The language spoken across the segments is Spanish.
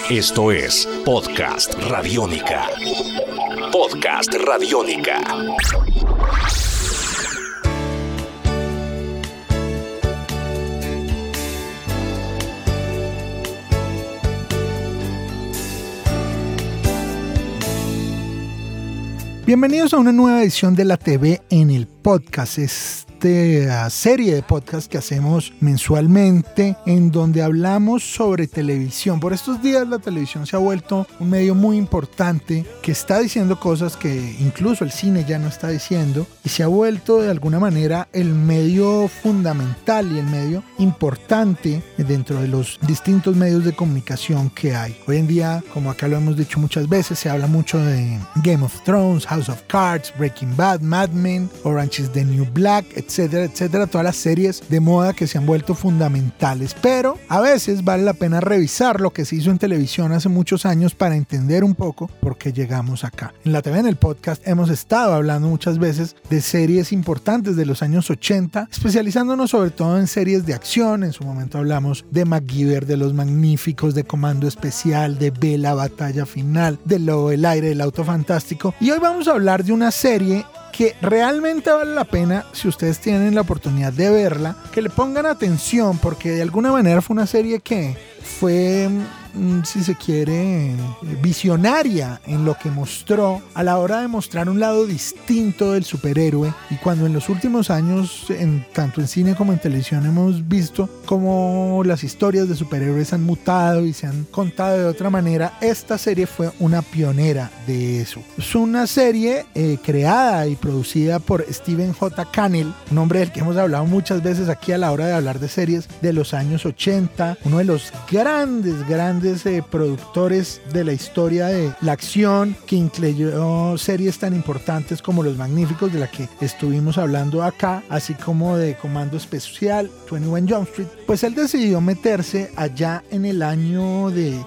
Esto es Podcast Radiónica. Podcast Radiónica. Bienvenidos a una nueva edición de La TV en el podcast. Esta serie de podcasts que hacemos mensualmente en donde hablamos sobre televisión. Por estos días la televisión se ha vuelto un medio muy importante que está diciendo cosas que incluso el cine ya no está diciendo, y se ha vuelto de alguna manera el medio fundamental y el medio importante dentro de los distintos medios de comunicación que hay. Hoy en día, como acá lo hemos dicho muchas veces, se habla mucho de Game of Thrones, House of Cards, Breaking Bad, Mad Men, Orange is the New Black, etcétera, etcétera, todas las series de moda que se han vuelto fundamentales. Pero a veces vale la pena revisar lo que se hizo en televisión hace muchos años para entender un poco por qué llegamos acá. En La TV en el podcast hemos estado hablando muchas veces de series importantes de los años 80, especializándonos sobre todo en series de acción. En su momento hablamos de MacGyver, de Los Magníficos, de Comando Especial, de Bella, Batalla Final, de Lobo del Aire, del Auto Fantástico. Y hoy vamos a hablar de una serie que realmente vale la pena, si ustedes tienen la oportunidad de verla, que le pongan atención, porque de alguna manera fue una serie que fue, si se quiere, visionaria en lo que mostró a la hora de mostrar un lado distinto del superhéroe. Y cuando en los últimos años, tanto en cine como en televisión, hemos visto cómo las historias de superhéroes han mutado y se han contado de otra manera, esta serie fue una pionera de eso. Es una serie creada y producida por Stephen J. Cannell, un hombre del que hemos hablado muchas veces aquí a la hora de hablar de series de los años 80, uno de los grandes productores de la historia de la acción, que incluyó series tan importantes como Los Magníficos, de la que estuvimos hablando acá, así como de Comando Especial, 21 Jump Street. Pues él decidió meterse allá en el año de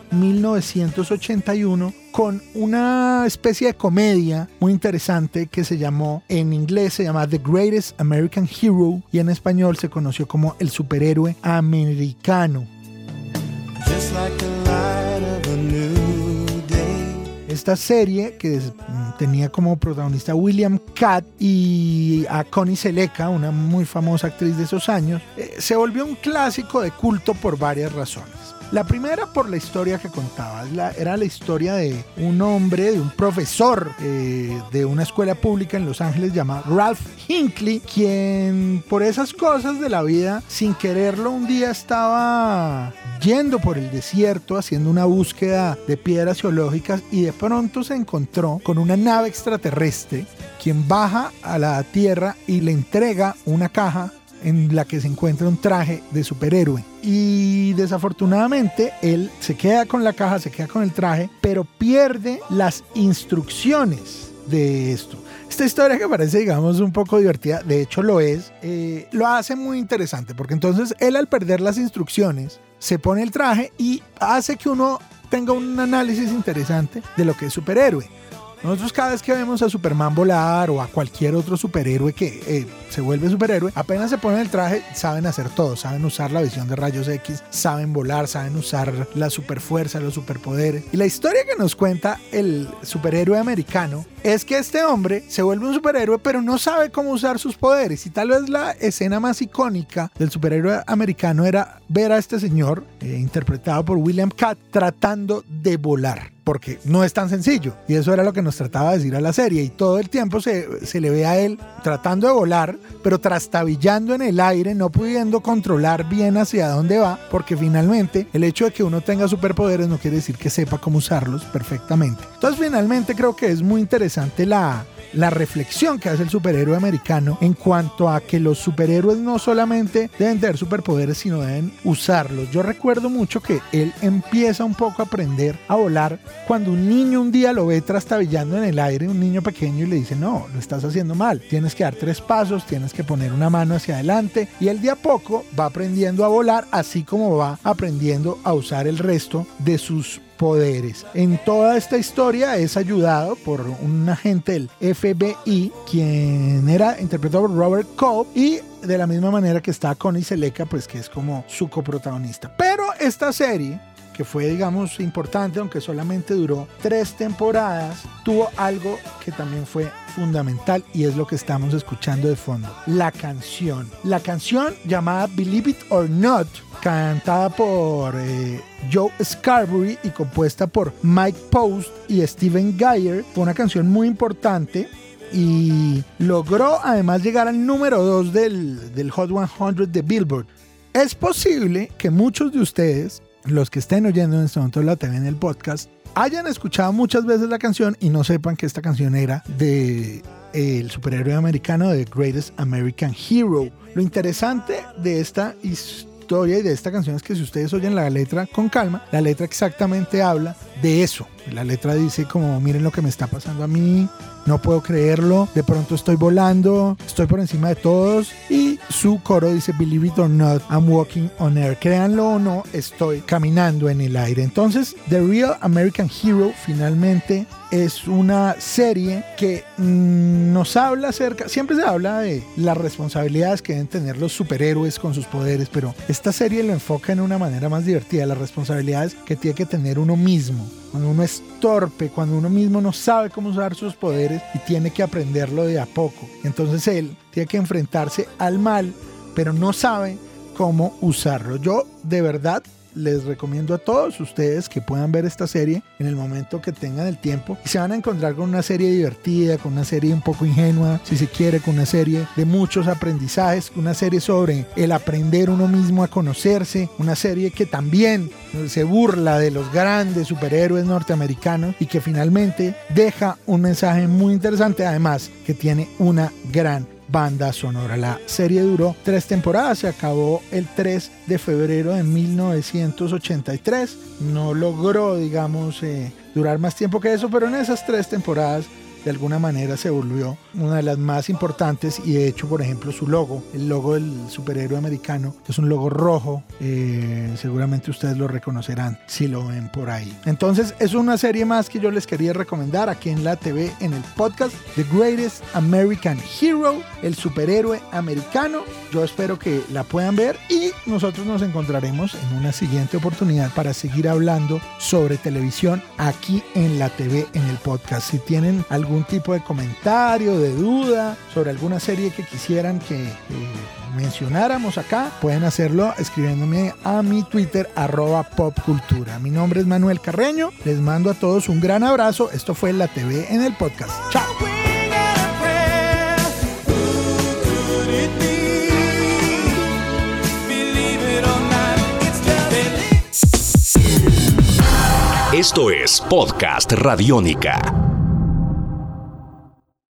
1981 con una especie de comedia muy interesante que se llamó, en inglés se llama The Greatest American Hero, y en español se conoció como El Superhéroe Americano. Esta serie, que tenía como protagonista a William Katt y a Connie Sellecca, una muy famosa actriz de esos años, se volvió un clásico de culto por varias razones. La primera, por la historia que contaba. Era la historia de un hombre, de un profesor de una escuela pública en Los Ángeles llamado Ralph Hinckley, quien por esas cosas de la vida, sin quererlo, un día estaba yendo por el desierto haciendo una búsqueda de piedras geológicas y de pronto se encontró con una nave extraterrestre, quien baja a la Tierra y le entrega una caja en la que se encuentra un traje de superhéroe. Y desafortunadamente él se queda con la caja, se queda con el traje, pero pierde las instrucciones de esto. Esta historia, que parece, digamos, un poco divertida, de hecho lo es, lo hace muy interesante, porque entonces él, al perder las instrucciones, se pone el traje y hace que uno tenga un análisis interesante de lo que es superhéroe. Nosotros, cada vez que vemos a Superman volar o a cualquier otro superhéroe que se vuelve superhéroe, apenas se ponen el traje, saben hacer todo, saben usar la visión de rayos X, saben volar, saben usar la superfuerza, los superpoderes. Y la historia que nos cuenta el superhéroe americano es que este hombre se vuelve un superhéroe, pero no sabe cómo usar sus poderes. Y tal vez la escena más icónica del superhéroe americano era ver a este señor, interpretado por William Katt, tratando de volar, porque no es tan sencillo, y eso era lo que nos trataba de decir a la serie. Y todo el tiempo se le ve a él tratando de volar, pero trastabillando en el aire, no pudiendo controlar bien hacia dónde va, porque finalmente el hecho de que uno tenga superpoderes no quiere decir que sepa cómo usarlos perfectamente. Entonces, finalmente creo que es muy interesante la reflexión que hace el superhéroe americano en cuanto a que los superhéroes no solamente deben tener superpoderes, sino deben usarlos. Yo recuerdo mucho que él empieza un poco a aprender a volar cuando un niño un día lo ve trastabillando en el aire, un niño pequeño, y le dice: no, lo estás haciendo mal, tienes que dar 3 pasos, tienes que poner una mano hacia adelante, y él de a poco va aprendiendo a volar, así como va aprendiendo a usar el resto de sus poderes. En toda esta historia es ayudado por un agente del FBI, quien era interpretado por Robert Cobb, y de la misma manera que está Connie Sellecca, pues que es como su coprotagonista. Pero esta serie, que fue, digamos, importante, aunque solamente duró 3 temporadas, tuvo algo que también fue fundamental y es lo que estamos escuchando de fondo, la canción. La canción llamada Believe It or Not, cantada por Joe Scarborough y compuesta por Mike Post y Steven Geyer, fue una canción muy importante y logró además llegar al número 2 del Hot 100 de Billboard. Es posible que muchos de ustedes, los que estén oyendo en este momento la TV en el podcast, hayan escuchado muchas veces la canción y no sepan que esta canción era de el superhéroe americano The Greatest American Hero. Lo interesante de esta historia y de esta canción es que si ustedes oyen la letra con calma, la letra exactamente habla de eso. La letra dice como, miren lo que me está pasando a mí, no puedo creerlo, de pronto estoy volando, estoy por encima de todos, y su coro dice Believe it or not, I'm walking on air, créanlo o no, estoy caminando en el aire. Entonces The Real American Hero finalmente es una serie que nos habla acerca, siempre se habla de las responsabilidades que deben tener los superhéroes con sus poderes, pero esta serie lo enfoca en una manera más divertida, las responsabilidades que tiene que tener uno mismo. Cuando uno es torpe, cuando uno mismo no sabe cómo usar sus poderes y tiene que aprenderlo de a poco. Entonces él tiene que enfrentarse al mal, pero no sabe cómo usarlo. Yo de verdad les recomiendo a todos ustedes que puedan ver esta serie en el momento que tengan el tiempo y se van a encontrar con una serie divertida, con una serie un poco ingenua, si se quiere, con una serie de muchos aprendizajes, una serie sobre el aprender uno mismo a conocerse, una serie que también se burla de los grandes superhéroes norteamericanos y que finalmente deja un mensaje muy interesante, además que tiene una gran banda sonora. La serie duró 3 temporadas, se acabó el 3 de febrero de 1983. No logró, digamos, durar más tiempo que eso, pero en esas 3 temporadas de alguna manera se volvió una de las más importantes y de hecho, por ejemplo, su logo, el logo del superhéroe americano, que es un logo rojo, seguramente ustedes lo reconocerán si lo ven por ahí. Entonces es una serie más que yo les quería recomendar aquí en la TV, en el podcast, The Greatest American Hero, el superhéroe americano. Yo espero que la puedan ver y nosotros nos encontraremos en una siguiente oportunidad para seguir hablando sobre televisión aquí en la TV, en el podcast. Si tienen algún tipo de comentario, de duda sobre alguna serie que quisieran que mencionáramos acá, pueden hacerlo escribiéndome a mi Twitter @popcultura. Mi nombre es Manuel Carreño, les mando a todos un gran abrazo. Esto fue La TV en el podcast. Chao. Esto es Podcast Radiónica.